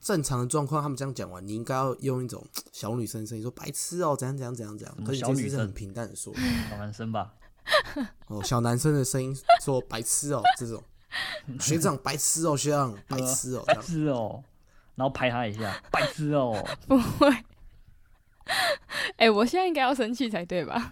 正常的状况，他们这样讲完，你应该要用一种小女生声音说白痴哦，怎样怎样怎样怎样。可是你这次是很平淡的说， 小男生吧。 小男生的声音说白痴哦，这种学长白痴哦，学长白痴哦， 白痴哦，然后拍他一下，白痴哦。 不会。我现在应该要生气才对吧？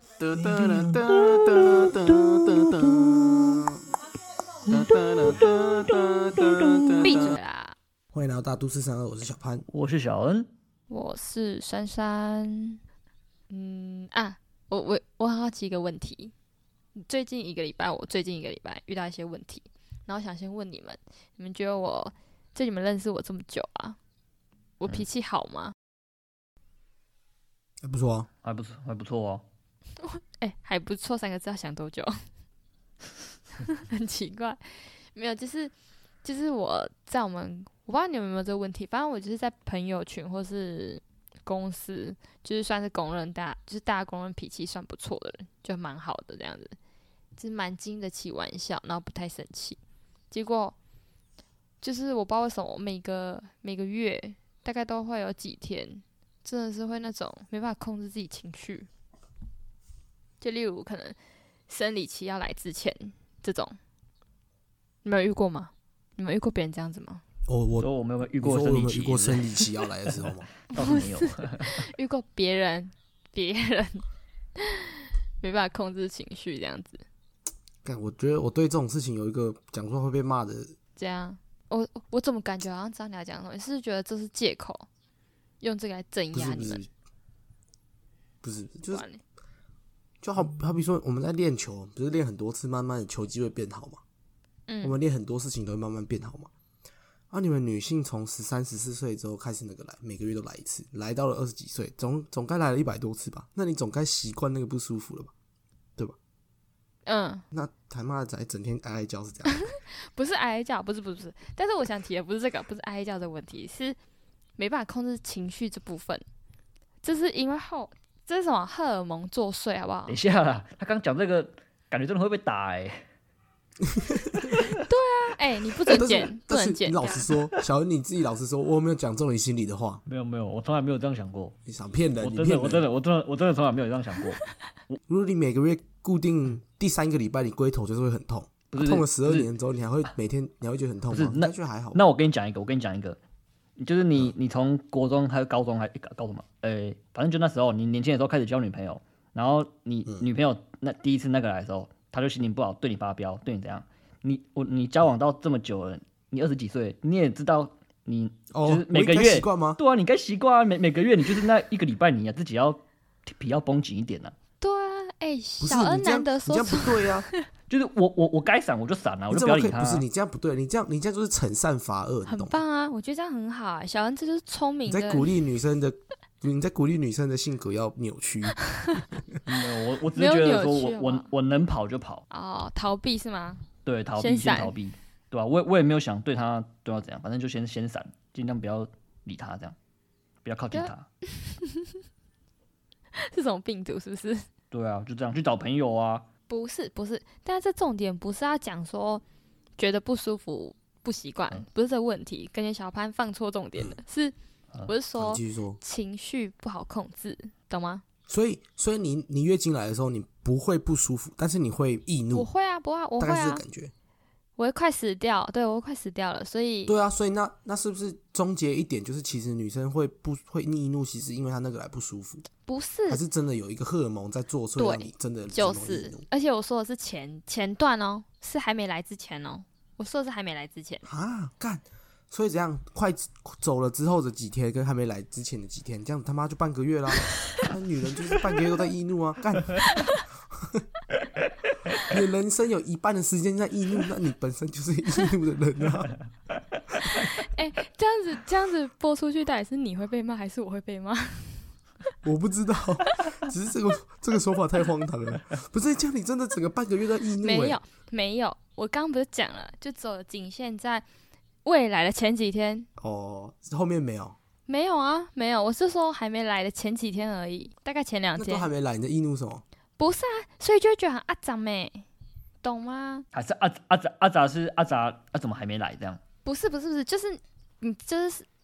闭嘴啦！ 欢迎来到大都市32，我是小潘， 我是小恩， 我是珊珊。我好奇一个问题，最近一个礼拜遇到一些问题，然后想先问你们觉得你们认识我这么久啊，我脾气好吗？ 还不错啊， 还不错哦。 还不错3个字要想多久？很奇怪，没有，就是我在我不知道你们有没有这个问题，反正我就是在朋友群或是公司，就是算是公认大家公认脾气算不错的人，就蛮好的这样子，就是蛮经得起玩笑，然后不太生气。结果就是我不知道为什么每个月大概都会有几天，真的是会那种没办法控制自己情绪，就例如可能生理期要来之前这种，你们有遇过吗？你们有遇过别人这样子吗？ 我没有遇过生理期， 遇过生理期要来的时候吗？ 倒是没有。 遇过别人没办法控制情绪这样子。 我觉得我对这种事情有一个讲出来会被骂的。 这样，我怎么感觉好像知道你要讲什么？你是觉得这是借口，用这个来镇压你们？ 不是，就好比说我们在练球，不是练很多次，慢慢的球技会变好嘛？我们练很多事情都会慢慢变好嘛？你们女性从13、14岁之后开始来，每个月都来一次，来到了20几岁，总该来了100多次吧？那你总该习惯那个不舒服了吧？对吧？那他妈的仔整天哀哀叫是这样？ 不是哀哀叫，不是。但是我想提的不是这个，不是哀哀叫的问题，是没办法控制情绪这部分。这是因为这是什么荷尔蒙作祟，好不好？ 等一下啦，他刚讲这个，感觉真的会被打对啊，你不准剪，不能剪。 你老实说，小恩你自己老实说，我有没有讲中你心里的话？ 没有，我从来没有这样想过。 你想骗人？ 我真的从来没有这样想过。 如果你每个月固定第3个礼拜你龟头就是会很痛， 不是痛了12年之后，你还会每天你还会觉得很痛吗？ 不是，那就还好。 那我跟你讲一个，就是你从国中还是高中高中嘛，反正就那时候你年轻的时候开始交女朋友，然后你女朋友那第一次那个来的时候，她就心情不好，对你发飙，对你怎样？你交往到这么久了，你20几岁，你也知道你就是每个月习惯吗？ 对啊，你该习惯啊，每个月你就是那1个礼拜你自己要皮要绷紧一点啊。 对啊，小恩难得说你这样不对啊。 就是我该闪我就闪啊，我就不要理他。 不是你这样不对，你这样就是惩善罚恶， 很棒啊！我觉得这样很好啊，小恩这就是聪明的。 你在鼓励女生的性格要扭曲。 我只是觉得说我能跑就跑。 逃避是吗？ 对，先逃避，对吧？我也没有想对他怎样，反正就先闪，尽量不要理他，这样不要靠近他。 是什么病毒？是不是？ 对啊，就这样去找朋友啊。 不是，但是这重点不是要讲说觉得不舒服、不习惯，不是这个问题。感觉小潘放错重点了，我是说情绪不好控制，懂吗？ 所以你月经来的时候，你不会不舒服，但是你会易怒。 我会啊，我会啊， 大概是这个感觉。 我会快死掉，对，我会快死掉了，所以对啊，所以那是不是终结一点，就是其实女生会易怒，其实因为她那个来不舒服， 不是， 还是真的有一个荷尔蒙在作祟，让你真的就是，而且我说的是前段哦，是还没来之前哦，我说的是还没来之前啊，干，所以怎样快走了之后的几天，跟还没来之前的几天，这样他妈就半个月啦。那女人就是半个月都在易怒啊，干。你的人生有一半的时间在易怒，那你本身就是易怒的人啊。 这样子播出去，到底是你会被骂还是我会被骂？ 我不知道，只是这个说法太荒唐了。不是这样，你真的整个半个月在易怒？ 没有，我刚刚不是讲了，就仅限在未来的前几天。 后面没有？ 没有啊，没有，我是说还没来的前几天而已，大概前2天。 那都还没来，你在易怒什么？ 不是啊，所以就会觉得很阿杂咩，懂吗？ 还是阿杂是阿杂，怎么还没来这样？ 不是，就是你就是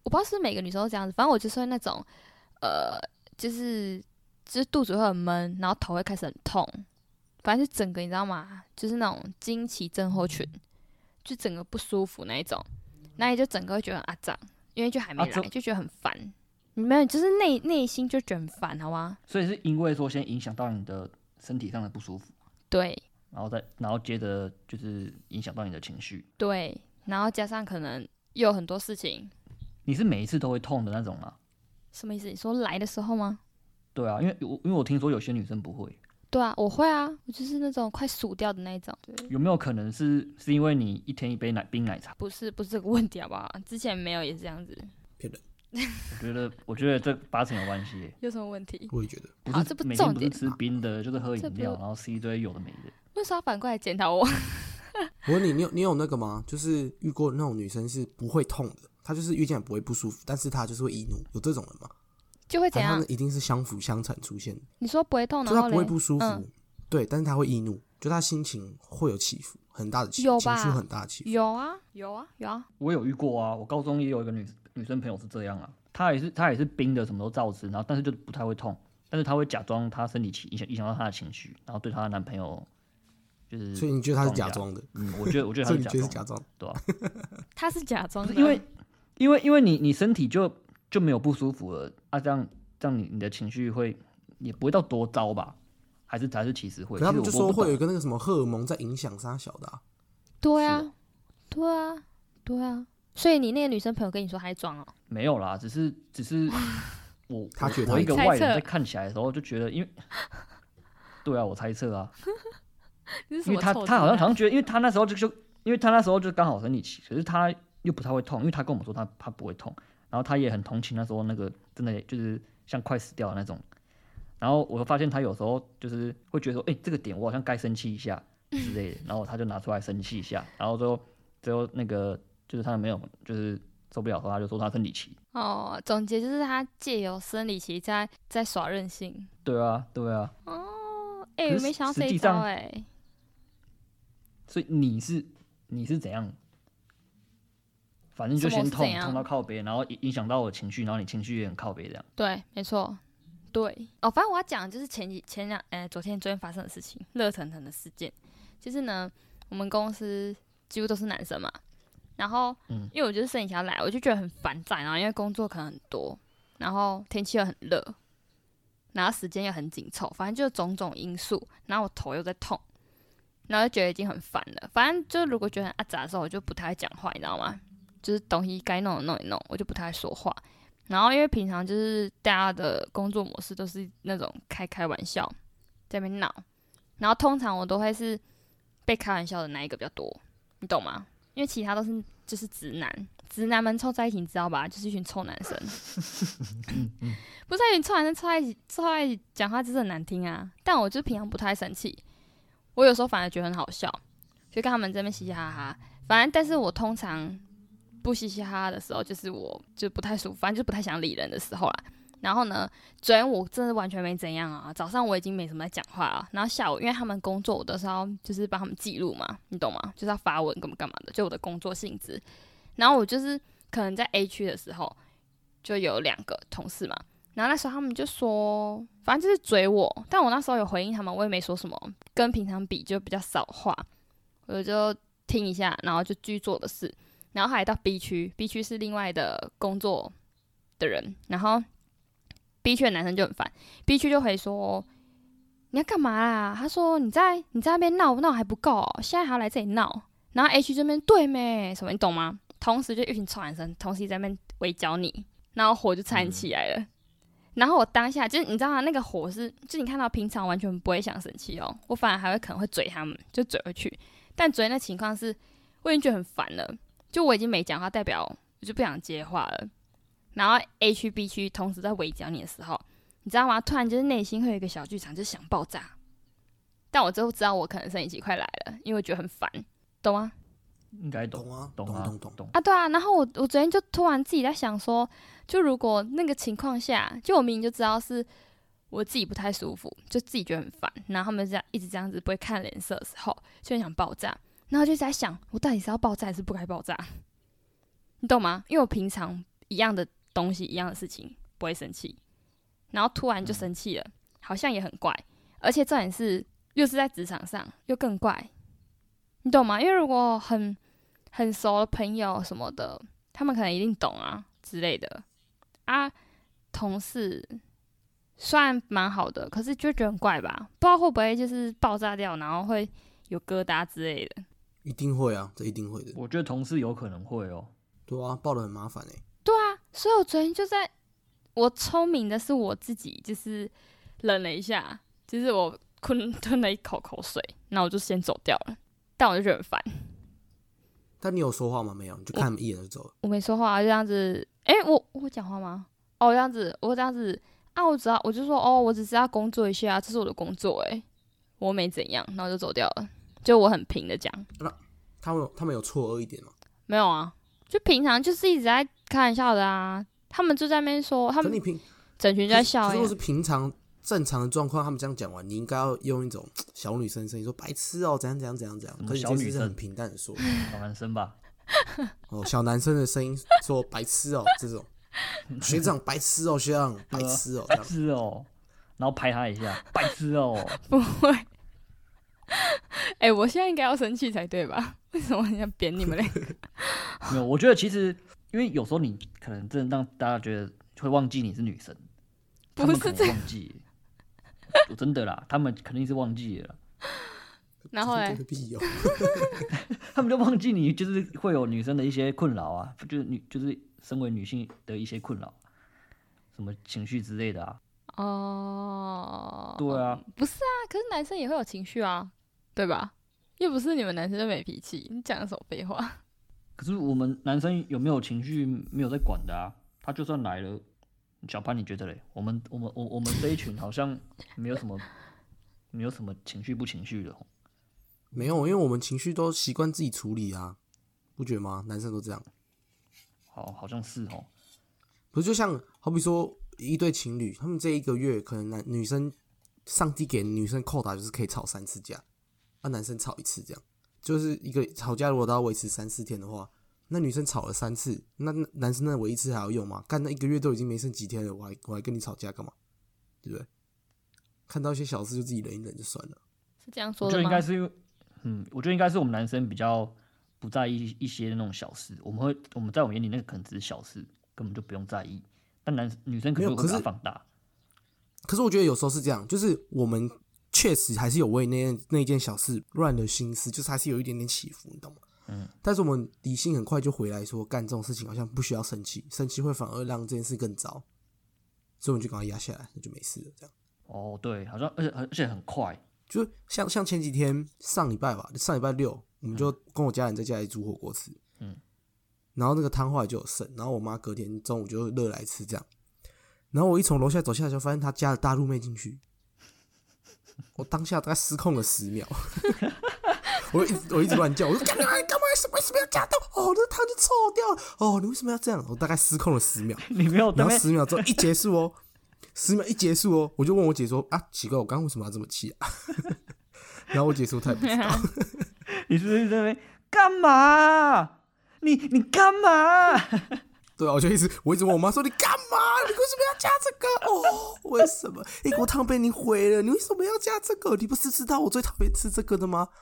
我不知道是不是每个女生都这样子，反正我就是会那种就是肚子会很闷，然后头会开始很痛，反正就整个你知道吗？就是那种经期症候群，就整个不舒服那一种，那你就整个会觉得很阿脏，因为就还没来，就觉得很烦。你没有，就是内心就觉得很烦，好吗？ 所以是因为说先影响到你的身体上的不舒服， 对， 然后接着就是影响到你的情绪， 对，然后加上可能又有很多事情。 你是每一次都会痛的那种吗？ 什么意思？你说来的时候吗？ 对啊，因为我听说有些女生不会。 对啊，我会啊，我就是那种快数掉的那一种。 有没有可能是因为你一天一杯冰奶茶？ 不是这个问题好不好？之前没有也是这样子。 骗人。 我觉得这80%有关系耶。 有什么问题？ 我也觉得。 好，这不每重点。 天不是吃冰的，就是喝饮料，然后吃一堆有的没的。 为什么要反过来检讨我？ 我问你，你有那个吗？就是遇过那种女生是不会痛的，她就是遇见不会不舒服，但是她就是会易怒，有这种人吗？ 就会怎样？ 他们一定是相辅相成出现的。 你说不会痛， 就她不会不舒服，对，但是她会易怒，就她心情会有起伏，很大的起伏，情绪很大的起伏。 有啊。 我有遇过啊，我高中也有一个女生朋友是这样啊，她也是冰的，什么都照吃，然后但是就不太会痛，但是她会假装她生理期影响到她的情绪，然后对她的男朋友就是。 所以你觉得她是假装的？ 我觉得她是假装， 对吧？ 她是假装的， 因为你身体就没有不舒服了啊，这样你的情绪也不会到多糟吧？还是其实会？ 可他们就说会有一个那个什么荷尔蒙在影响啥小的啊。 对啊。所以你那个女生朋友跟你说还装哦？ 没有啦，只是我一个外人在看起来的时候就觉得，因为对啊，我猜测啊，因为他好像觉得，因为他那时候就刚好生理期，可是他又不太会痛，因为他跟我们说他不会痛，然后他也很同情那时候那个真的就是像快死掉的那种，然后我发现他有时候就是会觉得说，这个点我好像该生气一下之类的，然后他就拿出来生气一下，然后最后那个就是他没有就是受不了的时候，他就说他生理期。 哦，总结就是他借由生理期在耍任性。 对啊。 哦，我没想到这一招所以你是怎样？反正就先痛到靠北，然后影响到我情绪，然后你情绪也很靠北这样。 对，没错。对哦，反正我要讲的就是昨天发生的事情，热腾腾的事件。就是呢，我们公司几乎都是男生嘛，然后因为我就是生理期要来，我就觉得很烦躁，然后因为工作可能很多，然后天气又很热，然后时间又很紧凑，反正就种种因素，然后我头又在痛，然后就觉得已经很烦了。反正就如果觉得很阿杂的时候，我就不太会讲话，你知道吗？就是东西该弄的弄一弄，我就不太会说话。然后因为平常就是大家的工作模式都是那种开玩笑，在那边闹，然后通常我都会是被开玩笑的那一个比较多，你懂吗？因为其他都是就是直男们凑在一起，你知道吧？就是一群臭男生，不是一群臭男生凑在一起讲话，就是很难听啊。但我就平常不太生气，我有时候反而觉得很好笑，就跟他们这边嘻嘻哈哈。反正，但是我通常不嘻嘻哈哈的时候，就是我就不太舒服，反正就不太想理人的时候啦。然后呢，昨天我真的完全没怎样啊。早上我已经没什么在讲话了，然后下午因为他们工作，我都是要就是帮他们记录嘛，你懂吗？就是要发文干嘛的，就我的工作性质。然后我就是可能在 A 区的时候，就有2个同事嘛，然后那时候他们就说，反正就是追我，但我那时候有回应他们，我也没说什么，跟平常比就比较少话，我就听一下，然后就继续做的事。然后还到 B 区是另外的工作的人，然后 B 区的男生就很烦 ，B 区就回说你要干嘛啦？他说你在那边闹还不够哦，现在还要来这里闹。然后 A 区这边对咩什么你懂吗？同时就一群臭男生同时在那边围剿你，然后火就窜起来了。然后我当下就是你知道吗？那个火是就你看到平常完全不会想生气哦，我反而还会可能会嘴他们，就嘴回去。但嘴那情况是我已经觉得很烦了。就我已经没讲话，代表我就不想接话了。然后 A 区 B 区同时在围剿你的时候，你知道吗？突然就是內心会有一个小剧场，就是想爆炸。但我之后知道我可能生理期快来了，因为我觉得很烦，懂吗？ 应该懂啊， 懂啊，对啊。然后我昨天就突然自己在想说，就如果那个情况下，就我明明就知道是我自己不太舒服，就自己觉得很烦，然后他们一直这样子不会看脸色的时候，就很想爆炸。然后就在想，我到底是要爆炸还是不该爆炸？你懂吗？因为我平常一样的东西、一样的事情不会生气，然后突然就生气了，好像也很怪。而且重点是又是在职场上，又更怪，你懂吗？因为如果很熟的朋友什么的，他们可能一定懂啊之类的啊。同事虽然蛮好的，可是就觉得很怪吧，不知道会不会就是爆炸掉，然后会有疙瘩之类的。 一定会啊，这一定会的。 我觉得同事有可能会哦。 对啊，爆得很麻烦欸。 对啊，所以我昨天我聪明的是我自己，就是忍了一下，就是我吞了一口口水，然后我就先走掉了。但我就觉得很烦。 但你有说话吗？没有，你就看他们一眼就走了。 我没说话，就这样子。我讲话吗？我这样子啊，我就说我只是要工作一下，这是我的工作，我没怎样，然后就走掉了。就我很平的讲。 他们有错愕一点吗？ 没有啊，就平常就是一直在开玩笑的啊。他们就在那边说，他们整群就在笑。 如果是平常正常的状况，他们这样讲完，你应该要用一种小女生的声音说白痴哦，怎样怎样怎样怎样。可是你这次是很平淡的说， 小男生吧。 小男生的声音说白痴哦，这种学长白痴哦，学长白痴哦， 白痴哦，然后拍他一下，白痴哦。 不会。我现在应该要生气才对吧？为什么很想扁你们嘞？ 没有，我觉得其实因为有时候你可能真的让大家觉得会忘记你是女生，他们可能忘记，真的啦，他们肯定是忘记了。 然后嘞， 他们就忘记你就是会有女生的一些困扰啊，就是身为女性的一些困扰，什么情绪之类的啊。对啊， 不是啊，可是男生也会有情绪啊，对吧？又不是你们男生就没脾气，你讲的什么废话？ 可是我们男生有没有情绪没有在管的啊？他就算来了，小潘你觉得嘞？我们这一群好像没有什么情绪不情绪的。 没有，因为我们情绪都习惯自己处理啊，不觉得吗？男生都这样。 好像是哦。 不是，就像好比说一对情侣，他们这一个月可能女生上帝给女生扣打就是可以吵3次架，男生吵1次，这样就是一个吵架如果都要维持3、4天的话，那女生吵了3次，那男生那维1次还要用吗？干，那一个月都已经没剩几天了，我还跟你吵架干嘛？对不对？看到一些小事就自己忍一忍就算了。 是这样说的吗？ 我觉得应该是因为，我觉得应该是我们男生比较不在意一些那种小事，我们在我们眼里那个可能只是小事，根本就不用在意，但女生可能会把它放大。 可是我觉得有时候是这样，就是我们确实还是有为那件小事乱了心思，就是还是有一点点起伏，你懂吗？但是我们理性很快就回来说，干这种事情好像不需要生气，生气会反而让这件事更糟，所以我们就赶快压下来，那就没事了。这样。 哦，对，好像而且很快， 就像前几天上礼拜6，我们就跟我家人在家里煮火锅吃，然后那个汤后来就有剩，然后我妈隔天中午就热来吃这样，然后我一从楼下走下来就发现她加了大陆妹进去，我当下大概失控了10秒。我一直乱叫，我说干嘛为什么要加到？那汤就臭掉了。你为什么要这样？我大概失控了10秒。 你没有， 然后10秒之后一结束哦，10秒一结束哦，我就问我姐说啊，奇怪，我刚刚为什么要这么气啊？然后我姐说她也不知道。 你是不是在那边干嘛？你干嘛？ 对啊，我一直问我妈说你干嘛？你为什么要加这个？为什么？一锅汤被你毁了，你为什么要加这个？你不是知道我最讨厌吃这个的吗？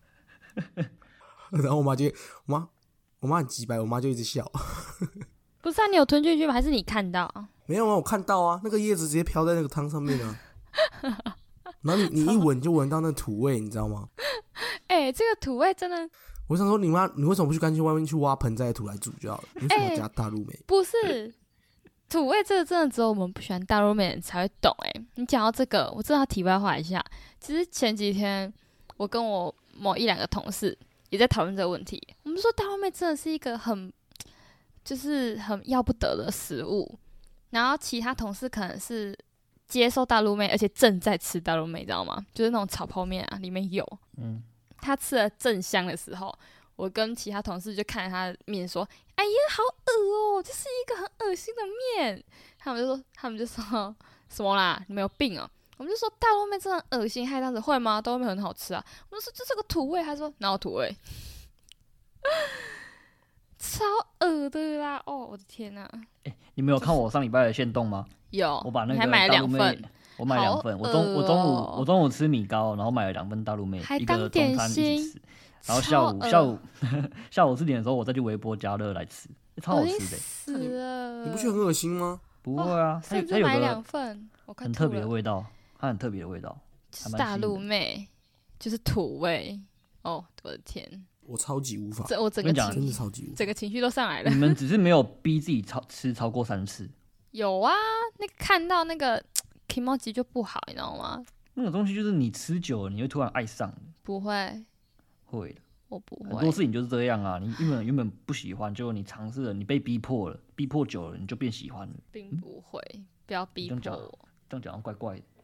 然后我妈很鸡掰，我妈就一直笑。 不是啊，你有吞进去吗？还是你看到啊？ 没有啊，我看到啊，那个叶子直接飘在那个汤上面啊。然后你一闻就闻到那土味，你知道吗？ 这个土味真的。 我想说，你为什么不去干脆外面去挖盆栽的土来煮就好了？为什么要加大陆妹？ 不是，土味这个真的只有我们不喜欢大陆妹的人才会懂。你讲到这个，我真的要题外话一下。其实前几天我跟我某1、2个同事也在讨论这个问题。我们说大陆妹真的是一个很要不得的食物，然后其他同事可能是接受大陆妹，而且正在吃大陆妹，你知道吗？就是那种炒泡面啊，里面有。他吃了正香的时候，我跟其他同事就看着他的面说：“哎呀，好恶哦，这是一个很恶心的面。”他们就说什么啦？你们有病哦！我们就说大陆妹真的很恶心，还这样子会吗？大陆妹很好吃啊。我们说这是个土味，他说哪有土味？ 超恶的啦！哦，我的天哪！ 你们有看我上礼拜的限动吗？ 有， 我把那个你还买了2份， 我买2份。我中午吃米糕，然后买了2份大陆妹，一个中餐一起吃。然后下午4点的时候，我再去微波加热来吃，超好吃的。 死了！ 你不觉得很恶心吗？ 不会啊，它有买2份， 很特别的味道，它很特别的味道。 就是大陆妹，就是土味。哦，我的天！ 我超级无法， 我整个真的超级无法， 整个情绪都上来了。 你们只是没有逼自己吃超过3次。 有啊，那个看到那个 kimoji 就不好，你知道吗？ 那种东西就是你吃久了，你会突然爱上。 不会， 会的， 我不会。 很多事情就是这样啊，你原本不喜欢，结果你尝试了，你被逼迫了，逼迫久了，你就变喜欢了。 并不会，不要逼迫我。 这样讲怪怪的。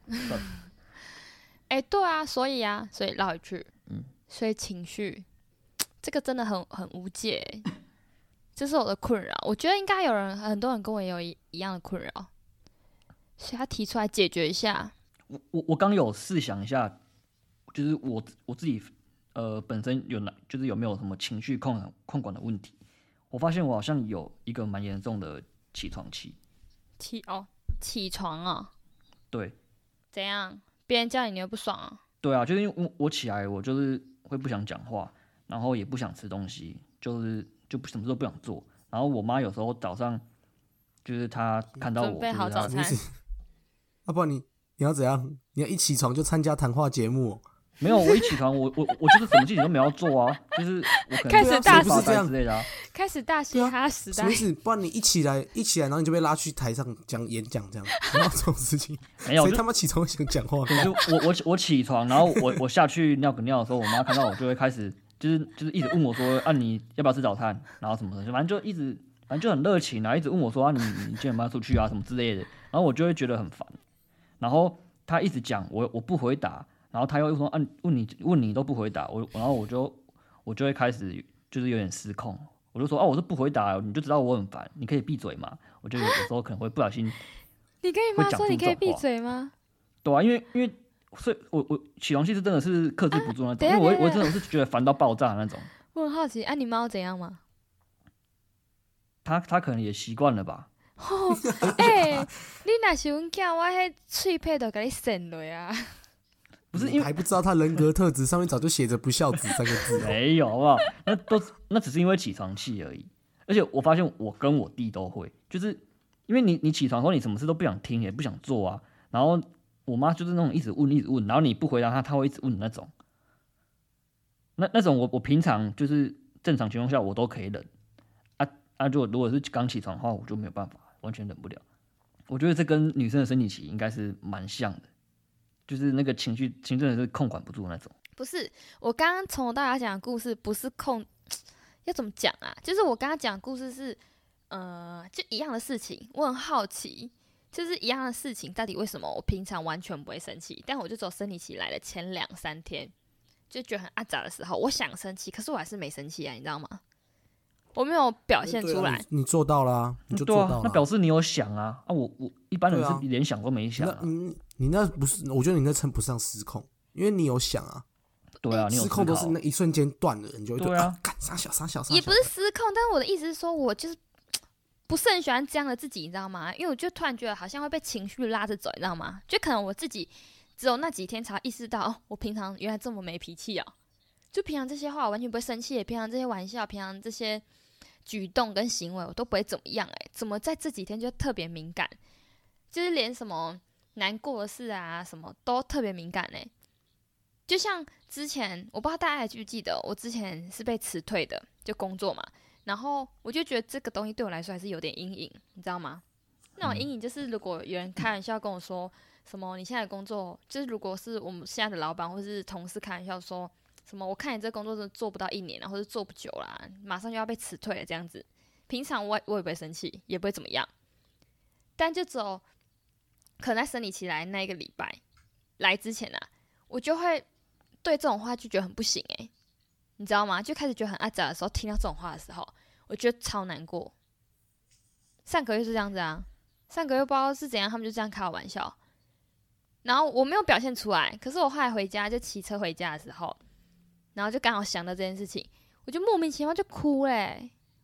对啊，所以绕回去，所以情绪。这个真的很无解，这是我的困扰。我觉得应该很多人跟我也有一样的困扰，所以他提出来解决一下。 我刚有试想一下，就是我自己本身就是有没有什么情绪控管的问题？我发现我好像有一个蛮严重的起床气。 起床啊？对。怎样？别人叫你会不爽啊？ 对啊，就是因为我起来，我就是会不想讲话。然后也不想吃东西，就什么都不想做。然后我妈有时候早上就是她看到我准备好早餐， 不然你要怎样？你要一起床就参加谈话节目？ 没有，我一起床我就是什么事情都没有做啊，就是我可能开始大不是这样之类的啊， 开始大嘻哈时代。 什么意思？不然你一起来，然后你就被拉去台上演讲这样，没有这种事情。 没有， 谁他妈起床想讲话？ 我起床，然后我下去尿个尿的时候，我妈看到我就会开始。就是一直问我说你要不要吃早餐，然后什么的，反正就很热情啊，一直问我说你今天有没有出去啊什么之类的，然后我就会觉得很烦。然后他一直讲我不回答，然后他又说问你都不回答，然后我就会开始就是有点失控，我就说我是不回答，你就知道我很烦，你可以闭嘴嘛。我就有时候可能会不小心， 你跟你妈说你可以闭嘴吗？ 对啊，因为。所以我起床气是真的是克制不住那种，因为我真的是觉得烦到爆炸的那种。 我很好奇，你妈怎样吗？ 她可能也习惯了吧。 你若是阮囝，我迄脆皮都给你扇落啊！ 不是，因为还不知道他人格特质上面早就写着不孝子3个字。 没有，好不好？那只是因为起床气而已。而且我发现我跟我弟都会，就是因为你起床后你什么事都不想听，也不想做啊，然后。我妈就是那种一直问，然后你不回答她会一直问的那种。那种我平常就是正常情况下我都可以忍，如果是刚起床的话，我就没有办法，完全忍不了。我觉得这跟女生的生理期应该是蛮像的，就是那个情绪真的是控管不住那种。 不是，我刚刚从头到尾讲的故事不是要怎么讲啊？就是我刚刚讲的故事是就一样的事情，我很好奇。就是一样的事情，到底为什么我平常完全不会生气，但我就走生理期来的前2-3天，就觉得很阿杂的时候，我想生气，可是我还是没生气啊，你知道吗？我没有表现出来。 你做到了啊，你就做到了， 那表示你有想啊。我一般人是连想都没想啊。 你那不是，我觉得你那称不上失控，因为你有想啊。 对啊，你有失控都是那一瞬间断了，你就会对啊， 傻小， 也不是失控，但是我的意思是说，我就是。不是很喜欢这样的自己，你知道吗？因为我就突然觉得好像会被情绪拉着走，你知道吗？就可能我自己只有那几天才意识到，我平常原来这么没脾气啊！就平常这些话我完全不会生气，平常这些玩笑，平常这些举动跟行为我都不会怎么样，怎么在这几天就特别敏感？就是连什么难过的事啊，什么都特别敏感就像之前，我不知道大家还记不记得，我之前是被辞退的，就工作嘛。然后我就觉得这个东西对我来说还是有点阴影，你知道吗？那种阴影就是，如果有人开玩笑跟我说什么，你现在的工作就是，如果是我们现在的老板或是同事开玩笑说什么，我看你这工作真的做不到1年，或者做不久啦，马上就要被辞退了这样子。平常我也不会生气，也不会怎么样，但就只有可能在生理期来那一个礼拜来之前啊，我就会对这种话就觉得很不行你知道吗？就开始觉得很阿杂的时候，听到这种话的时候，我觉得超难过。上个月是这样子啊，上个月不知道是怎样，他们就这样开我玩笑，然后我没有表现出来。可是我后来回家就骑车回家的时候，然后就刚好想到这件事情，我就莫名其妙就哭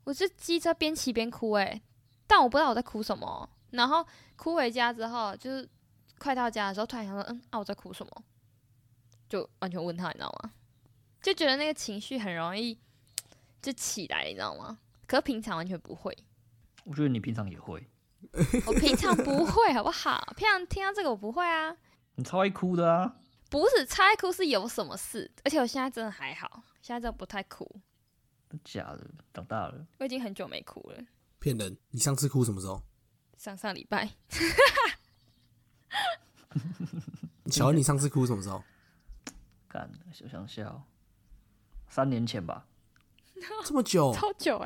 我是机车边骑边哭但我不知道我在哭什么。然后哭回家之后，就是快到家的时候，突然想说，我在哭什么？就完全问他，你知道吗？就觉得那个情绪很容易就起来，你知道吗？可是平常完全不会。 我觉得你平常也会。 我平常不会，好不好？平常听到这个我不会啊。 你超爱哭的啊！ 不是超爱哭，是有什么事？而且我现在真的还好，现在真的不太哭。 真假的？长大了， 我已经很久没哭了。 骗人！你上次哭什么时候？ 上礼拜。 小恩，你上次哭什么时候？ 干，我想笑，3年前吧。 这么久？ 超久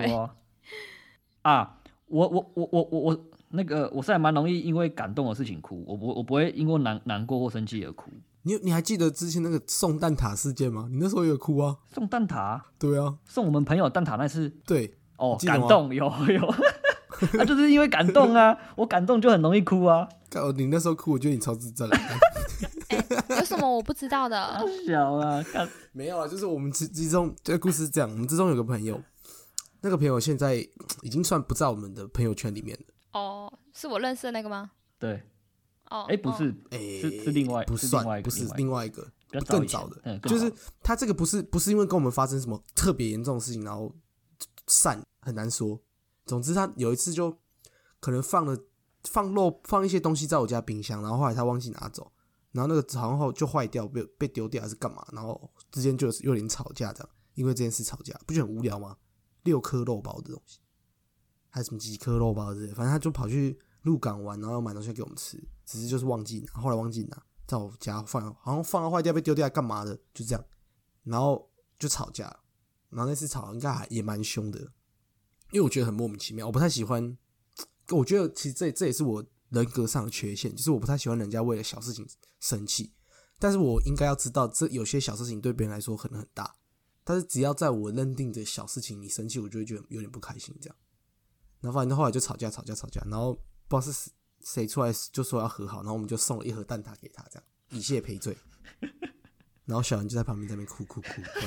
我那个我是还蛮容易因为感动的事情哭，我不会因为难过或生气而哭。 你还记得之前那个送蛋挞事件吗？你那时候也有哭啊？ 送蛋挞？ 对啊， 送我们朋友蛋挞那次。 对， 感动有，就是因为感动啊，我感动就很容易哭啊。 你那时候哭，我觉得你超智障的。 有什么我不知道的？ 小啊， 没有啊，就是我们之中这个故事是这样，我们之中有个朋友，那个朋友现在已经算不在我们的朋友圈里面了。 哦，是我认识的那个吗？ 对。 哦， 不是，是另外， 不算，不是另外一个，更早的，就是他这个不是因为跟我们发生什么特别严重的事情，然后散很难说。总之，他有一次就可能放一些东西在我家冰箱，然后后来他忘记拿走，然后那个好像就坏掉，被丢掉还是干嘛，然后之间就有点吵架这样，因为这件事吵架，不就很无聊吗？6颗肉包的东西，还是什么几颗肉包之类的，反正他就跑去鹿港玩，然后要买东西给我们吃，只是就是忘记拿，后来忘记拿，在我家好像放到坏掉被丢掉干嘛的，就这样，然后就吵架，然后那次吵应该也蛮凶的，因为我觉得很莫名其妙，我不太喜欢，我觉得其实这也是我人格上的缺陷，就是我不太喜欢人家为了小事情生气，但是我应该要知道，这有些小事情对别人来说可能很大，但是只要在我认定的小事情你生气，我就会觉得有点不开心这样，然后反正后来就吵架，然后不知道是谁出来就说要和好，然后我们就送了1盒蛋挞给他，这样以谢赔罪。然后小人就在旁边在那边哭，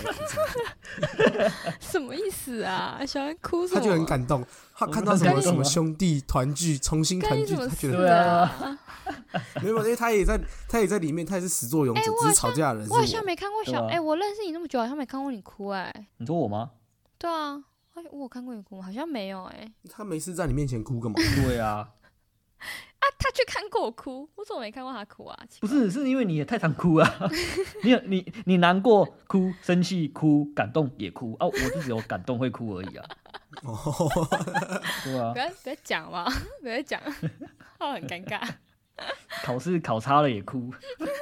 什么意思啊？小人哭什么？ 他就很感动，他看到什么兄弟团聚，重新团聚，他觉得对啊， 没有，因为他也在里面，他也是始作俑者，只是吵架的人是我好像没看过我认识你那么久，好像没看过你哭你说我吗？ 对啊，我有看过你哭吗？好像没有他没事在你面前哭干嘛？ 对啊。 他去看过我哭，我怎么没看过他哭啊？ 不是，是因为你也太常哭啊！你难过哭，生气哭，感动也哭啊！我是只有感动会哭而已啊。对啊， 不要讲嘛，不要讲，好很尴尬。 考试考差了也哭，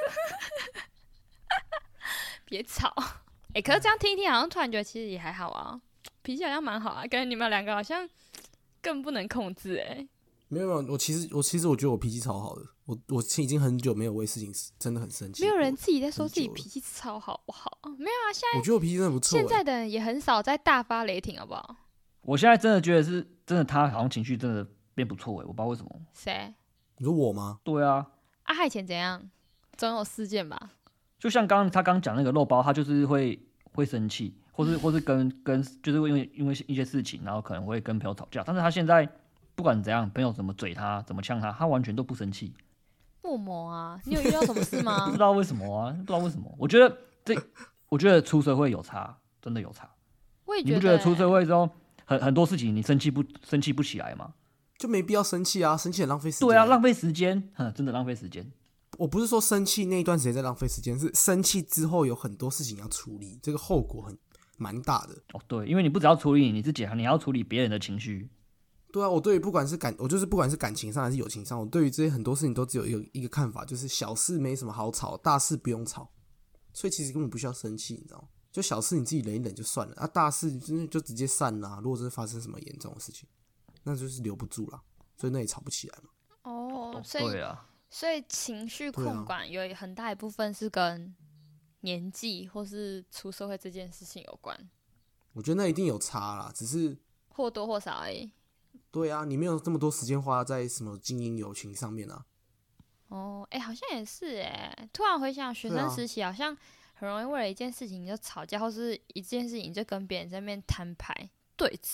别吵。可是这样听一听，好像突然觉得其实也还好啊，脾气好像蛮好啊。感觉你们2个好像更不能控制没有，我其实我觉得我脾气超好的，我已经很久没有为事情真的很生气。 没有人自己在说自己脾气超好不好？没有啊，现在我觉得我脾气真的不错。 现在的人也很少在大发雷霆，好不好？ 我现在真的觉得是真的，他好像情绪真的变不错我不知道为什么。 谁？ 你说我吗？ 对啊。 他以前怎样？总有事件吧？ 就像他刚讲那个肉包，他就是会生气，或是跟就是因为一些事情，然后可能会跟朋友吵架，但是他现在。不管怎样，朋友怎么嘴他，怎么呛他，他完全都不生气。 为什么啊？你有遇到什么事吗？ 不知道为什么啊，不知道为什么。我觉得出社会有差，真的有差。 我也觉得。 你不觉得出社会之后，很多事情你生气不起来吗？ 就没必要生气啊，生气很浪费时间。 对啊，浪费时间，真的浪费时间。 我不是说生气那一段时间在浪费时间，是生气之后有很多事情要处理，这个后果蛮大的。 对，因为你不只要处理你自己，你还要处理别人的情绪。 对啊，我对于不管是感情上还是友情上，我对于这些很多事情都只有一个看法，就是小事没什么好吵，大事不用吵，所以其实根本不需要生气，你知道吗？就小事你自己忍一忍就算了，大事就直接散了。如果真的发生什么严重的事情，那就是留不住了，所以那也吵不起来嘛。 对啊， 所以情绪控管有很大一部分是跟年纪或是出社会这件事情有关。 我觉得那一定有差啦，只是或多或少而已。 对啊，你没有这么多时间花在什么经营友情上面啊。 好像也是突然回想学生时期，好像很容易为了一件事情就吵架，或是一件事情就跟别人在那边摊牌对峙。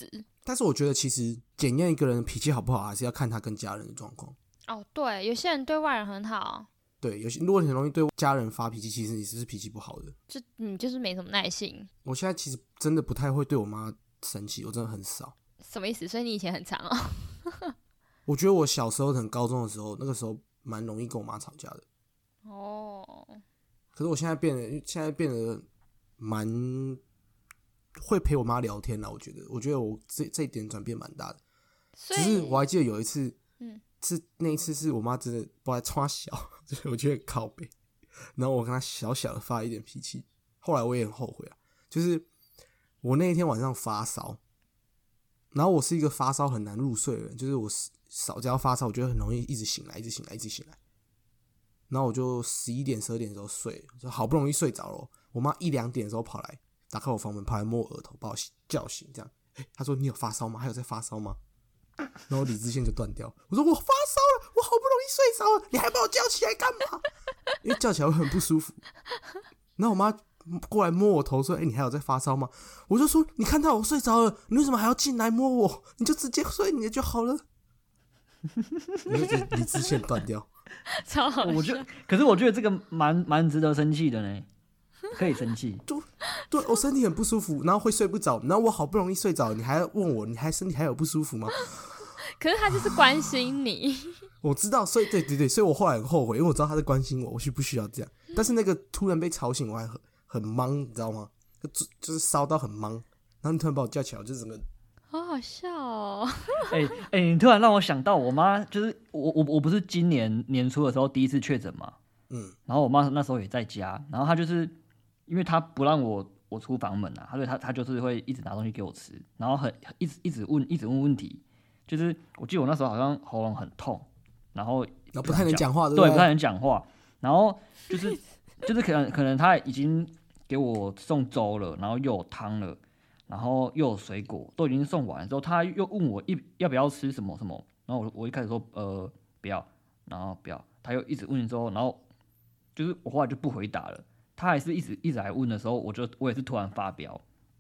但是我觉得其实检验一个人的脾气好不好，还是要看他跟家人的状况。 哦，对，有些人对外人很好， 对，如果你很容易对家人发脾气，其实你是脾气不好的。 你就是没什么耐心。 我现在其实真的不太会对我妈生气，我真的很少。 什么意思？所以你以前很长哦？ 我觉得我小时候很高中的时候，那个时候蛮容易跟我妈吵架的。 哦。 可是我现在变得蛮会陪我妈聊天了。我觉得我这一点转变蛮大的。只是我还记得有一次，那一次是我妈真的不知道冲她小，所以我觉得很靠北。然后我跟她小小的发一点脾气，后来我也很后悔啊。就是我那一天晚上发烧，然后我是一个发烧很难入睡的人，就是我只要发烧，我觉得很容易一直醒来。然后我就11点12点的时候睡，就好不容易睡着了。我妈1、2点的时候跑来打开我房门，跑来摸我额头，把我叫醒，这样。她说：“你有发烧吗？还有在发烧吗？”然后理智线就断掉。我说：“我发烧了，我好不容易睡着了，你还把我叫起来干嘛？”因为叫起来会很不舒服。然后我妈过来摸我头说：“你还有在发烧吗？”我就说：“你看到我睡着了，你为什么还要进来摸我？你就直接睡你的就好了。”我就理智线断掉。 超好笑。 可是我觉得这个蛮值得生气的呢，可以生气。 对，我身体很不舒服，然后会睡不着，然后我好不容易睡着，你还要问我，你身体还有不舒服吗？ 可是他就是关心你。 我知道，所以对，所以我后来很后悔，因为我知道他在关心我，我不需要这样。但是那个突然被吵醒，我还很懵，你知道吗？就是烧到很懵，然后你突然把我叫起来，我就整个。 好好笑哦！ 你突然让我想到，我妈就是我不是今年年初的时候第一次确诊嘛，然后我妈那时候也在家，然后她就是因为她不让我出房门啊，所以她就是会一直拿东西给我吃，然后一直问问题，就是我记得我那时候好像喉咙很痛，然后不太能讲话， 对，不太能讲话，然后就是可能她已经给我送粥了，然后又有汤了。然后又有水果，都已经送完之后，他又问我要不要吃什么什么，然后我一开始说不要，然后不要，他又一直问之后，然后就是我后来就不回答了，他还是一直来问的时候，我也是突然发飙。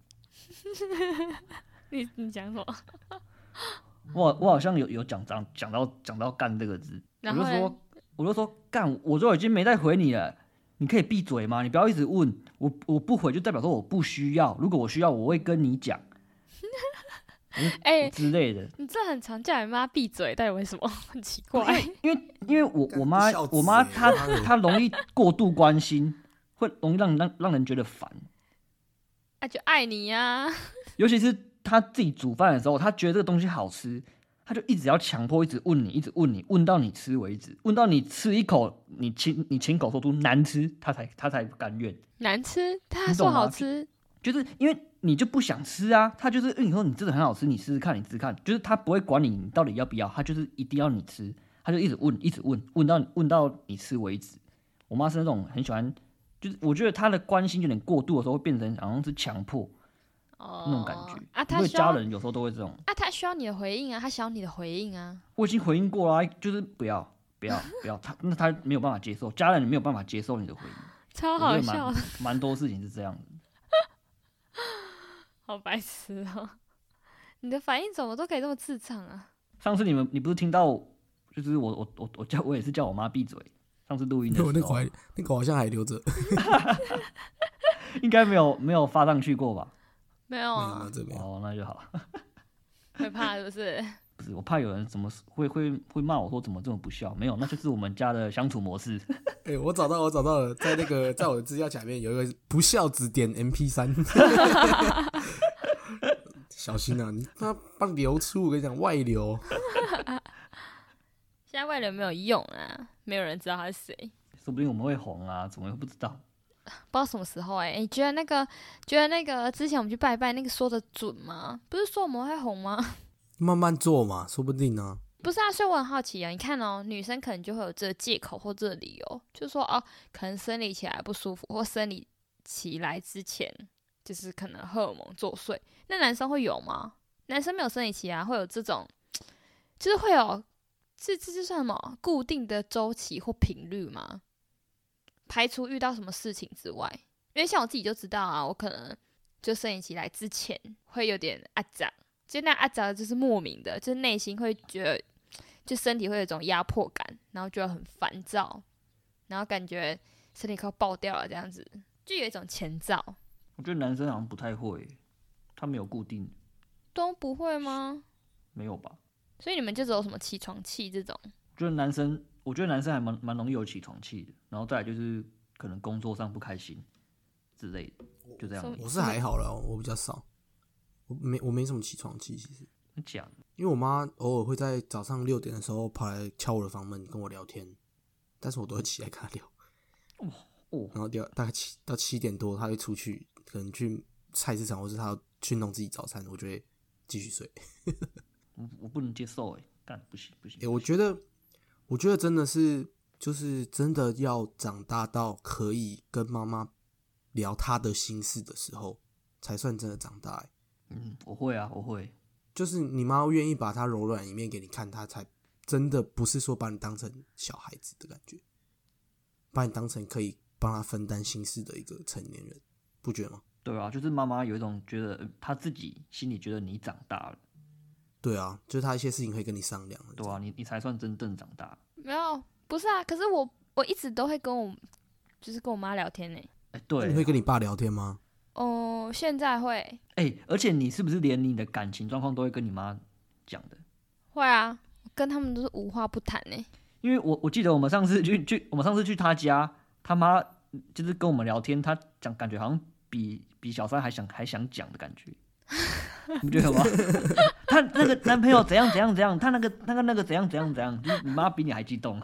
你讲什么？ 我好像有讲到干这个字，我就说干，我都已经没再回你了。你可以闭嘴吗？你不要一直问我不回就代表说我不需要。如果我需要，我会跟你讲，之类的。 你这很常叫你妈闭嘴，到底为什么？很奇怪。 因为我妈她容易过度关心，会容易让人觉得烦。 就爱你呀。 尤其是她自己煮饭的时候，她觉得这个东西好吃。他就一直要强迫，一直问你，问到你吃为止，问到你吃一口，你亲口说出难吃，他才甘愿。 难吃？他说好吃， 就是因为你就不想吃啊。他就是你说你真的很好吃，你试试看，就是他不会管你到底要不要，他就是一定要你吃，他就一直问到你吃为止。我妈是那种很喜欢，就是我觉得她的关心有点过度的时候，会变成好像是强迫。那种感觉因为家人有时候都会这种他需要你的回应啊，他想要你的回应啊。 我已经回应过了就是不要，他没有办法接受，家人没有办法接受你的回应， 超好笑的， 蛮多事情是这样的。 好白痴哦！你的反应怎么都可以这么智障啊？ 上次你不是听到，就是我也是叫我妈闭嘴。上次录音的时候， 那个好像还留着， 应该没有发上去过吧？ 没有啊， 哦，那就好。 会怕是不是？ 不是，我怕有人怎么会骂我说怎么这么不孝？没有，那就是我们家的相处模式。 我找到了，在我的资料夹里面有一个不孝子点 MP3。小心啊，你他帮流出，我跟你讲外流。 现在外流没有用啊，没有人知道他是谁。 说不定我们会红啊，怎么会不知道？ 不知道什么时候你觉得那个之前我们去拜拜那个说的准吗？不是说我们会红吗？ 慢慢做嘛，说不定呢。 不是啊，所以我很好奇啊。你看女生可能就会有这个借口或这个理由，就是说可能生理起来不舒服，或生理期来之前就是可能荷尔蒙作祟。那男生会有吗？男生没有生理期啊，会有这种，就是会有这算什么固定的周期或频率吗？排除遇到什么事情之外，因为像我自己就知道啊，我可能就生理期来之前会有点阿长， 就那阿杂就是莫名的，就是内心会觉得，就身体会有一种压迫感，然后觉得很烦躁，然后感觉身体快要爆掉了这样子，就有一种前兆。 我觉得男生好像不太会，他没有固定。 都不会吗？ 没有吧？ 所以你们就只有什么起床气这种？ 我觉得男生还蛮容易有起床气的，然后再来就是可能工作上不开心之类的，就这样。 我是还好啦，我比较少，我没什么起床气，其实。 假的？ 因为我妈偶尔会在早上6点的时候跑来敲我的房门跟我聊天，但是我都会起来跟她聊。然后大概到7点多，她会出去，可能去菜市场，或是她要去弄自己早餐，我就会继续睡。 我不能接受干不行。 我觉得真的是，就是真的要长大到可以跟妈妈聊她的心事的时候，才算真的长大。 我会啊，我会。 就是你妈愿意把她柔软一面给你看，她才真的不是说把你当成小孩子的感觉，把你当成可以帮她分担心事的一个成年人，不觉得吗？ 对啊，就是妈妈有一种觉得她自己心里觉得你长大了。 对啊，就是她一些事情可以跟你商量。 对啊，你才算真正长大。 没有，不是啊。可是我一直都会跟我妈聊天呢。 对。 你会跟你爸聊天吗？ 现在会。 而且你是不是连你的感情状况都会跟你妈讲的？ 会啊，跟他们都是无话不谈呢。 因为我记得我们上次去他家，他妈就是跟我们聊天，他讲感觉好像比小三还想讲的感觉。你觉得吗？他那个男朋友怎样，他那个怎样，就是你妈比你还激动。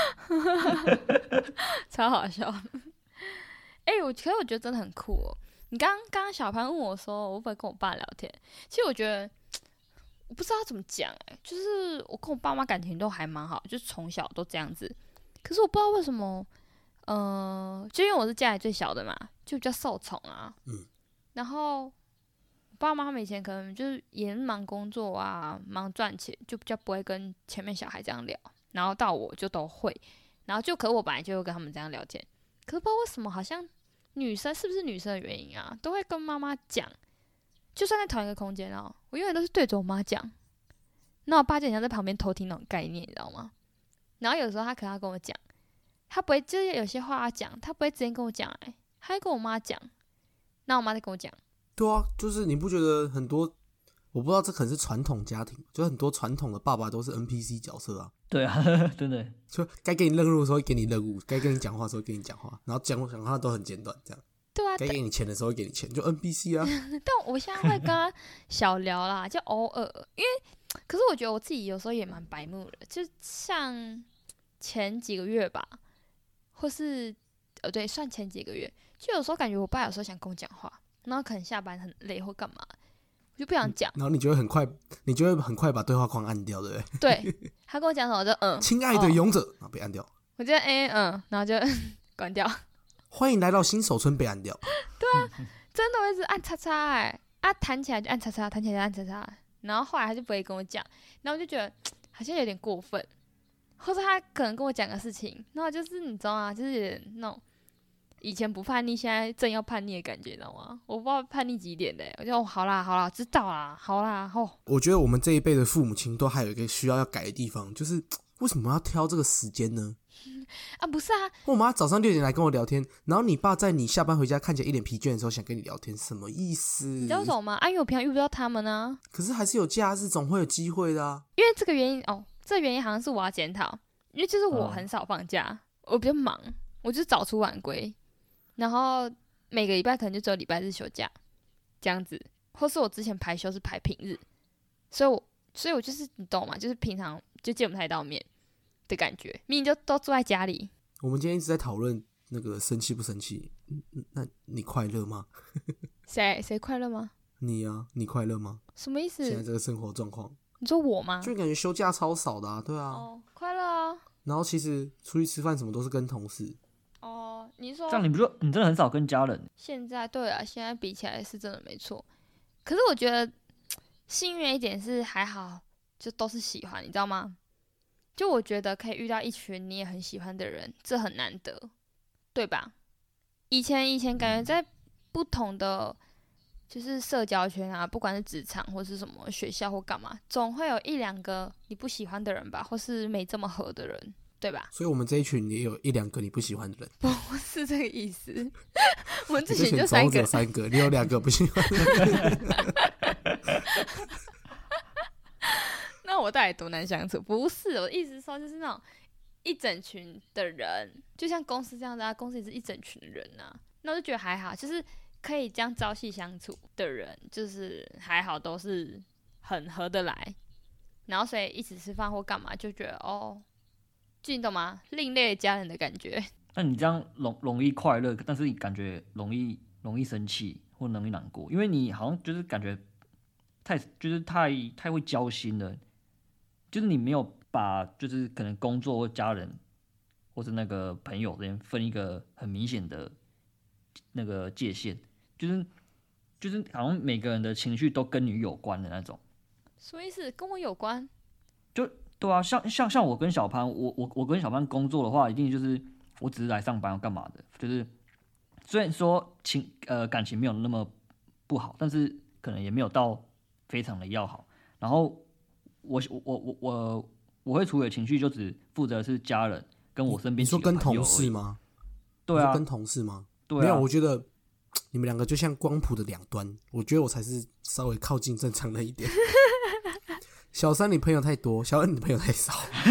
超好笑。可是我觉得真的很酷哦。你刚刚小潘问我说，我会不会跟我爸聊天？其实我觉得我不知道怎么讲就是我跟我爸妈感情都还蛮好，就是从小都这样子。可是我不知道为什么，就因为我是家里最小的嘛，就比较受宠啊。然后我爸妈他们以前可能就是也忙工作啊，忙赚钱，就比较不会跟前面小孩这样聊。然后到我就都会，然后可我本来就会跟他们这样聊天。可是不知道为什么，好像女生是不是女生的原因啊，都会跟妈妈讲，就算在同一个空间我永远都是对着我妈讲，那我爸就很像在旁边偷听那种概念，你知道吗？然后有时候他可能要跟我讲，他不会就是有些话要讲，他不会直接跟我讲，他会跟我妈讲，那我妈再跟我讲。 对啊，就是你不觉得很多？我不知道这可能是传统家庭，就很多传统的爸爸都是 NPC 角色啊。 对啊，真的。 就该给你任务的时候给你任务，该跟你讲话的时候跟你讲话，然后讲话都很简短，这样。 对啊。 该给你钱的时候给你钱，就 NPC 啊。 但我现在会跟他小聊啦，就偶尔，因为可是我觉得我自己有时候也蛮白目的，就像前几个月吧，或是对，算前几个月，就有时候感觉我爸有时候想跟我讲话，然后可能下班很累或干嘛，我就不想讲。 然后你就会很快把对话框按掉，对不对？ 对，他跟我讲什么我就亲爱的勇者，然后被按掉。 我就然后就关掉。 欢迎来到新手村，被按掉。 对啊，真的会一直按叉叉弹起来就按叉叉，弹起来就按叉叉，然后后来他就不会跟我讲，然后我就觉得好像有点过分，或者他可能跟我讲个事情，然后就是你知道吗？就是有点那种以前不叛逆，现在正要叛逆的感觉，你知道吗？我不知道叛逆几点的，我就好啦，知道啦，好啦我觉得我们这一辈的父母亲都还有一个需要改的地方，就是为什么要挑这个时间呢？ 不是啊， 我妈早上6点来跟我聊天，然后你爸在你下班回家看起来一脸疲倦的时候想跟你聊天，什么意思？ 你知道为什么吗？因为我平常遇不到他们啊。 可是还是有假日，总会有机会的啊。 因为这个原因这个原因好像是我要检讨，因为就是我很少放假，我比较忙，我就是早出晚归，然后每个礼拜可能就只有礼拜日休假这样子，或是我之前排休是排平日，所以我就是你懂吗？就是平常就见不太到面的感觉，明明就都住在家里。 我们今天一直在讨论那个生气不生气，那你快乐吗？ 谁快乐吗？ 你啊，你快乐吗？ 什么意思？ 现在这个生活状况， 你说我吗？ 就感觉休假超少的啊，对啊。 快乐啊。 然后其实出去吃饭什么都是跟同事。 你说这样，你不说你真的很少跟家人？ 现在对啊，现在比起来是真的没错。可是我觉得幸运一点是还好，就都是喜欢，你知道吗？就我觉得可以遇到一群你也很喜欢的人，这很难得，对吧？以前感觉在不同的就是社交圈啊，不管是职场或是什么学校或干嘛，总会有一两个你不喜欢的人吧，或是没这么合的人，对吧？ 所以我们这一群也有一两个你不喜欢的人， 不是这个意思。我们这群群就3个， 有3个，你有2个不喜欢的人。 那我到底多难相处？不是，我的意思是说，就是那种一整群的人，就像公司这样子啊，公司也是一整群的人啊，那我就觉得还好，就是可以这样朝夕相处的人，就是还好都是很合得来，然后所以一起吃饭或干嘛，就觉得哦，就你懂吗？另类家人的感觉。 那你这样容易快乐，但是你感觉容易生气或容易难过，因为你好像就是感觉太会交心了，就是你没有把就是可能工作或家人或是那个朋友之间分一个很明显的那个界限，就是好像每个人的情绪都跟你有关的那种。 什么意思？跟我有关？ 就对啊，像我跟小潘，我跟小潘工作的话，一定就是我只是来上班要干嘛的，就是虽然说感情没有那么不好，但是可能也没有到非常的要好。然后我会处理情绪，就只负责是家人跟我身边你说跟同事吗？ 对啊， 跟同事吗？ 对啊， 没有，我觉得你们两个就像光谱的两端，我觉得我才是稍微靠近正常的一点。小三你朋友太多，小二你朋友太少。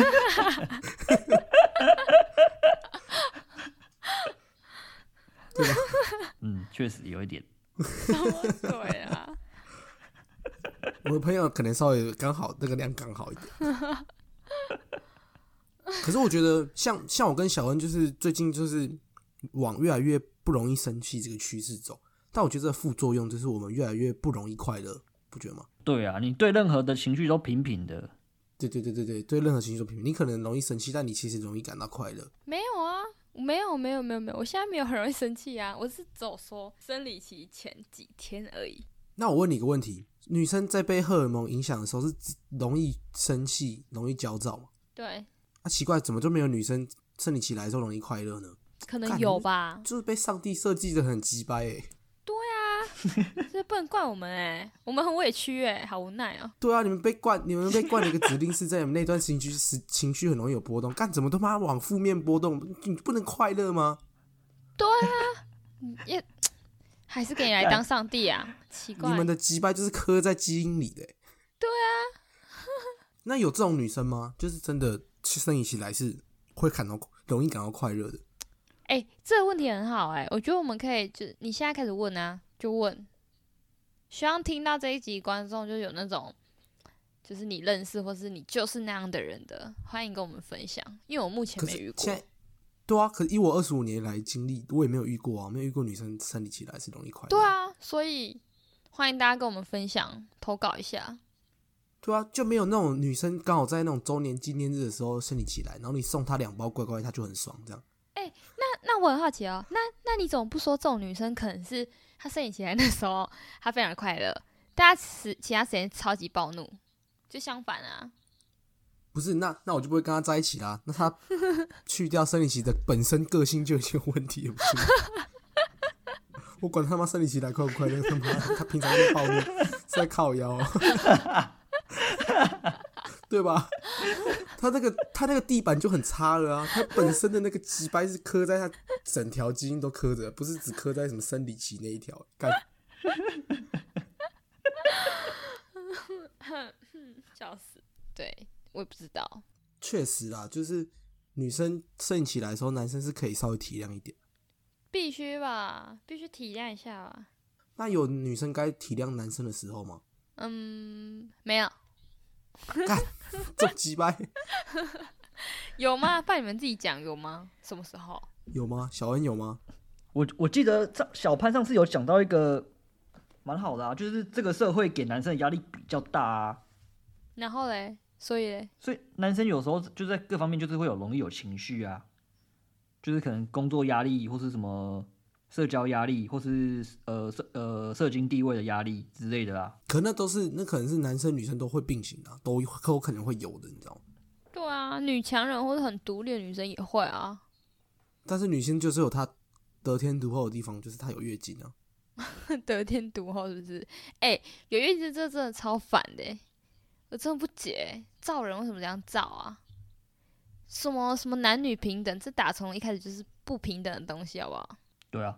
对吧？ 确实有一点。 对啊， 我的朋友可能稍微刚好那个量刚好一点。可是我觉得像我跟小恩，就是最近就是往越来越不容易生气这个趋势走，但我觉得这个副作用就是我们越来越不容易快乐，不觉得吗？ 对啊，你对任何的情绪都平平的。 对，对任何情绪都平平。你可能容易生气，但你其实容易感到快乐。 没有啊，没有，我现在没有很容易生气啊，我是只有说生理期前几天而已。 那我问你一个问题：女生在被荷尔蒙影响的时候是容易生气、容易焦躁吗？ 对。 啊，奇怪，怎么就没有女生生理期来的时候容易快乐呢？ 可能有吧， 就是被上帝设计的很鸡掰欸。 对啊，这不能怪我们欸，我们很委屈欸，好无奈哦。 对啊，你们被灌了一个指令，是在你们那段情绪很容易有波动，干怎么他妈往负面波动？你不能快乐吗？ 对啊，也还是给你来当上帝啊，奇怪。 你们的鸡掰就是刻在基因里的欸。 对啊。 那有这种女生吗？就是真的生理期来是会容易感到快乐的。 这个问题很好我觉得我们可以就你现在开始问啊，就问，希望听到这一集观众就有那种就是你认识或是你就是那样的人的，欢迎跟我们分享，因为我目前没遇过。 对啊，可是以我25年来经历，我也没有遇过啊，没有遇过女生生理期来是容易快乐。 对啊，所以欢迎大家跟我们分享，投稿一下。 对啊，就没有那种女生刚好在那种周年纪念日的时候生理期来，然后你送她2包乖乖，她就很爽这样。 那我很好奇哦，那你怎么不说这种女生可能是她生理期来的时候她非常的快乐，但她其他时间超级暴怒，就相反啊。 不是，那我就不会跟她在一起啦。那她去掉生理期的本身个性就已经有问题了，不是吗？我管他妈生理期来快不快乐，他妈他平常就暴怒是在靠腰对吧？他那个地板就很差了啊！他本身的那个鸡掰是刻在他整条基因都刻着，不是只刻在什么生理期那一条。干， 笑死！对我也不知道。 确实啦，就是女生生理期来的时候，男生是可以稍微体谅一点。必须吧，必须体谅一下吧。 那有女生该体谅男生的时候吗？ 没有。 干，这么鸡掰。 有吗？不然你们自己讲有吗？什么时候？ 有吗？小恩有吗？ 我记得小潘上次有讲到一个蛮好的啊，就是这个社会给男生的压力比较大啊。 然后嘞，所以男生有时候就在各方面就是会容易有情绪啊，就是可能工作压力或是什么社交压力，或是社经地位的压力之类的啊。 可那可能是男生女生都会并行的，都有可能会有的，你知道吗？ 对啊，女强人或者很独立的女生也会啊。 但是女性就是有她得天独厚的地方，就是她有月经啊。 得天独厚是不是？有月经这真的超烦的，我真的不解，造人为什么这样造啊？什么男女平等，这打从一开始就是不平等的东西，好不好？ 对啊，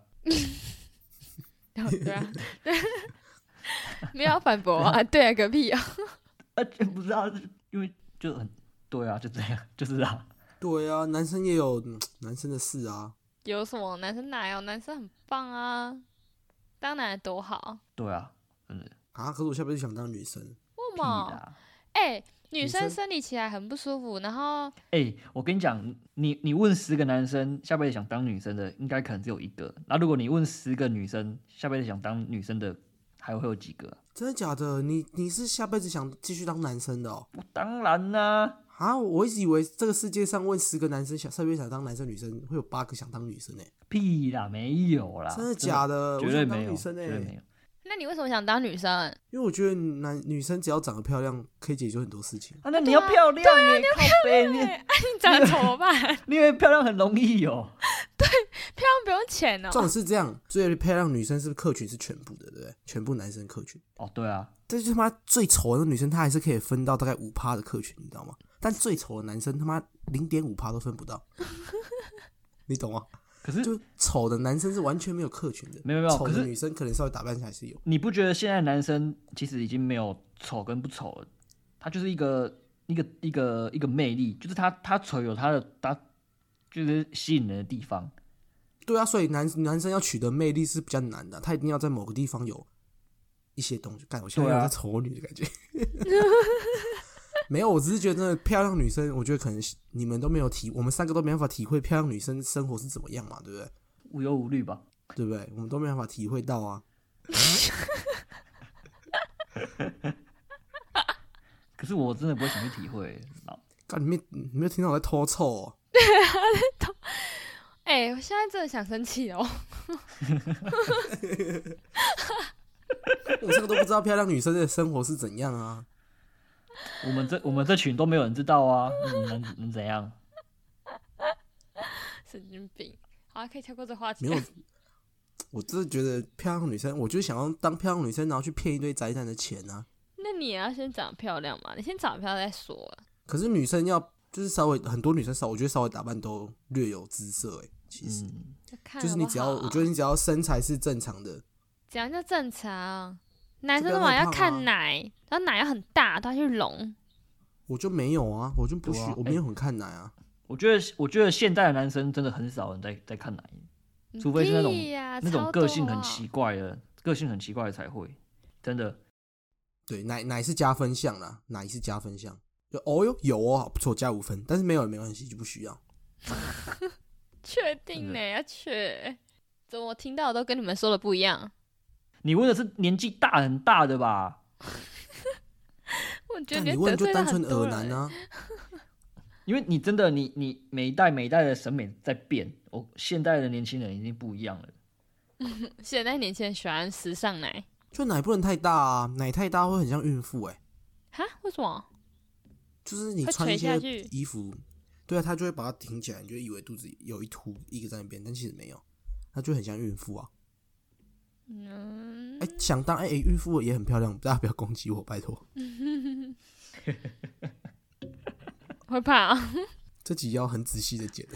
对啊，没有要反驳啊，对啊，个屁啊！ 不是啊，因为就很对啊，就这样，就是啊。 对啊，男生也有男生的事啊。 有什么男生哪有？男生很棒啊，当男的多好。 对啊，真的啊，可是我下辈子想当女生。 为什么？女生生理起来很不舒服，然后我跟你讲，你问10个男生下辈子想当女生的，应该可能只有1个。那如果你问10个女生下辈子想当女生的，还会有几个？ 真的假的？你是下辈子想继续当男生的哦？ 当然啦！ 我一直以为这个世界上问10个男生下辈子想当男生女生，会有8个想当女生欸。 屁啦，没有啦！ 真的假的？ 绝对没有， 我想当女生欸。 绝对没有。 那你为什么想当女生？ 因为我觉得女生只要长得漂亮，可以解决很多事情。 那你要漂亮耶，靠北你长得丑怎么办？ 你以为漂亮很容易哦？ 对，漂亮不用钱哦。 重点是这样，最漂亮女生是不是客群是全部的，对不对？全部男生客群。 哦，对啊。 这就是他妈最丑的女生，她还是可以分到大概5%的客群，你知道吗？但最丑的男生他妈0.5%都分不到，你懂吗？ 可是就丑的男生是完全没有客群的， 没有， 丑的女生可能稍微打扮起来是有。 你不觉得现在男生其实已经没有丑跟不丑了？他就是一个魅力，就是他丑有他就是吸引人的地方。 对啊，所以男生要取得魅力是比较难的，他一定要在某个地方有一些东西。干，我现在有在丑女的感觉。没有，我只是觉得漂亮女生，我觉得可能你们都没有我们3个都没办法体会漂亮女生生活是怎么样嘛，对不对？ 无忧无虑吧，对不对？我们都没办法体会到啊。 可是我真的不会想去体会。 干，你没有听到我在偷臭哦？ 对啊，在偷。我现在真的想生气哦。 我3个都不知道漂亮女生的生活是怎样啊。 我们这群都没有人知道啊，能怎样？ 神经病！好，可以跳过这话题。 没有，我真的觉得漂亮女生，我就想要当漂亮女生，然后去骗一堆宅男的钱啊。 那你也要先长得漂亮嘛？你先长得漂亮再说啊。 可是女生要就是稍微很多女生我觉得稍微打扮都略有姿色其实就是你只要，我觉得你只要身材是正常的， 怎样叫正常？男生的话要看奶，然后奶要很大，都要去隆。 我就没有啊，我就不我没有很看奶啊。 我觉得现代的男生真的很少人在看奶，除非是那种个性很奇怪的才会，真的。 对，奶是加分项啦，奶是加分项。就有哦，不错，加5分，但是没有也没关系，就不需要。 确定呢？要确？怎么我听到的都跟你们说的不一样？ 你问的是年纪很大的吧？ 我觉得你问就单纯恶男啊。 因为你真的你每一代的审美在变，现代的年轻人已经不一样了。 现在年轻人喜欢时尚奶， 就奶不能太大啊，奶太大会很像孕妇哈？为什么？ 就是你穿一些衣服，对啊，他就会把它挺起来，你就以为肚子有一凸一个在那边，但其实没有，它就很像孕妇啊。想当孕妇也很漂亮，大家不要攻击我，拜托。 会怕啊。 这集要很仔细的剪。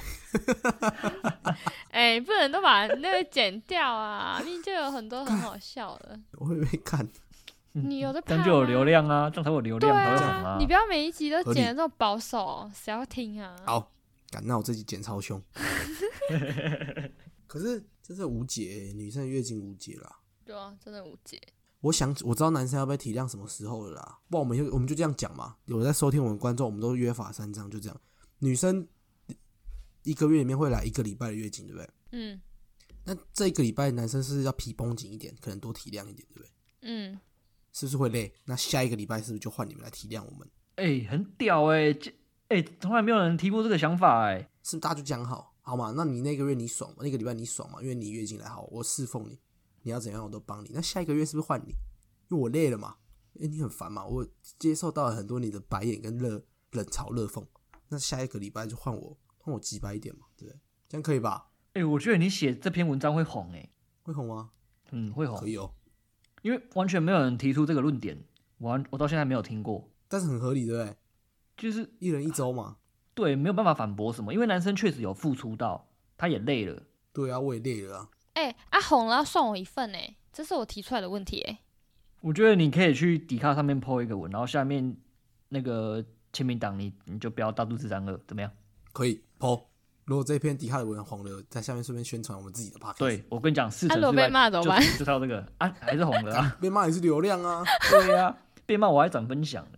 不能都把那个剪掉啊，明明就有很多很好笑的。 我会不会看？ 你有在怕吗？ 这样就有流量啊，这样才有流量，才会红啊。 你不要每一集都剪得这么保守，谁要听啊？ 好，那我这集剪超凶。可是真是无解女生的月经无解啦。 对啊，真的无解。 我知道男生要不要体谅什么时候了啦，不然我们就这样讲嘛。有在收听我们观众，我们都约法3章，就这样。女生1个月里面会来1个礼拜的月经，对不对？那这1个礼拜男生是要皮绷紧一点，可能多体谅一点，对不对？是不是会累？那下1个礼拜是不是就换你们来体谅我们？ 很屌从来没有人提过这个想法是不是大家就讲好嘛？那你那个月你爽嘛，那个礼拜你爽嘛，因为你月经来好，我侍奉你，你要怎样我都帮你。那下1个月是不是换你？因为我累了嘛，你很烦嘛，我接受到了很多你的白眼跟冷嘲热讽，那下1个礼拜就换我鸡掰一点嘛，对不对？这样可以吧？ 我觉得你写这篇文章会红会红吗？ 会红， 可以哦， 因为完全没有人提出这个论点，我到现在没有听过， 但是很合理，对不对？ 就是一人一周嘛。 对，没有办法反驳什么，因为男生确实有付出到，他也累了。 对啊，我也累了啊。 红了要算我一份这是我提出来的问题我觉得你可以去迪卡上面 po 一个文，然后下面那个签名档你就不要大肚子3个，怎么样？ 可以 po。如果这篇迪卡的文红了，在下面顺便宣传我们自己的 podcast。 对，我跟你讲，4成被骂怎么办？ 就靠这个啊，还是红了啊。 被骂也是流量啊。 对啊，被骂我还转分享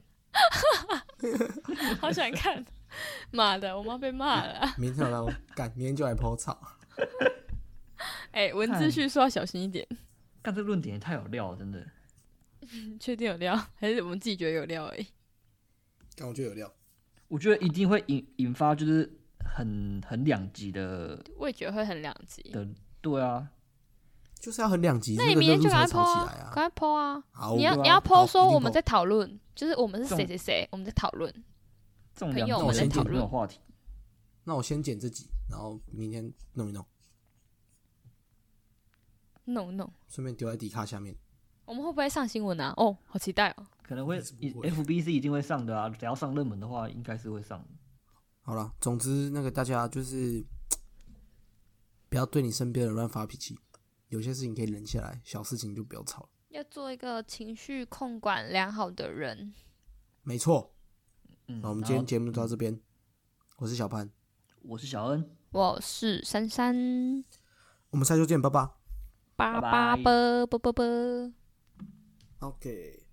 好想看，妈的，我妈被骂了。 明天来干，明天就来 po 草。 文字叙述要小心一点。 干这论点也太有料了，真的。 确定有料，还是我们自己觉得有料而已？ 但我觉得有料。 我觉得一定会引发就是很两极的。 我也觉得会很两极的，对啊， 就是要很两极。 那你明天就赶快 po 啊， 赶快 po 啊！ 好， 你要 po 说我们在讨论，就是我们是谁谁谁，我们在讨论。 这种朋友我们在讨论话题。 那我先剪这集，然后明天弄一弄。 弄， 顺便丢在迪卡下面。 我们会不会上新闻啊？哦，好期待哦！ 可能会 ，FBC 一定会上的啊。只要上热门的话，应该是会上的。 好了，总之那个大家就是不要对你身边的人乱发脾气，有些事情可以忍下来，小事情就不要吵了。 要做一个情绪控管良好的人。 没错。那我们今天节目就到这边。我是小潘， 我是小恩， 我是珊珊。 我们下周见，拜拜。 拜拜。 OK。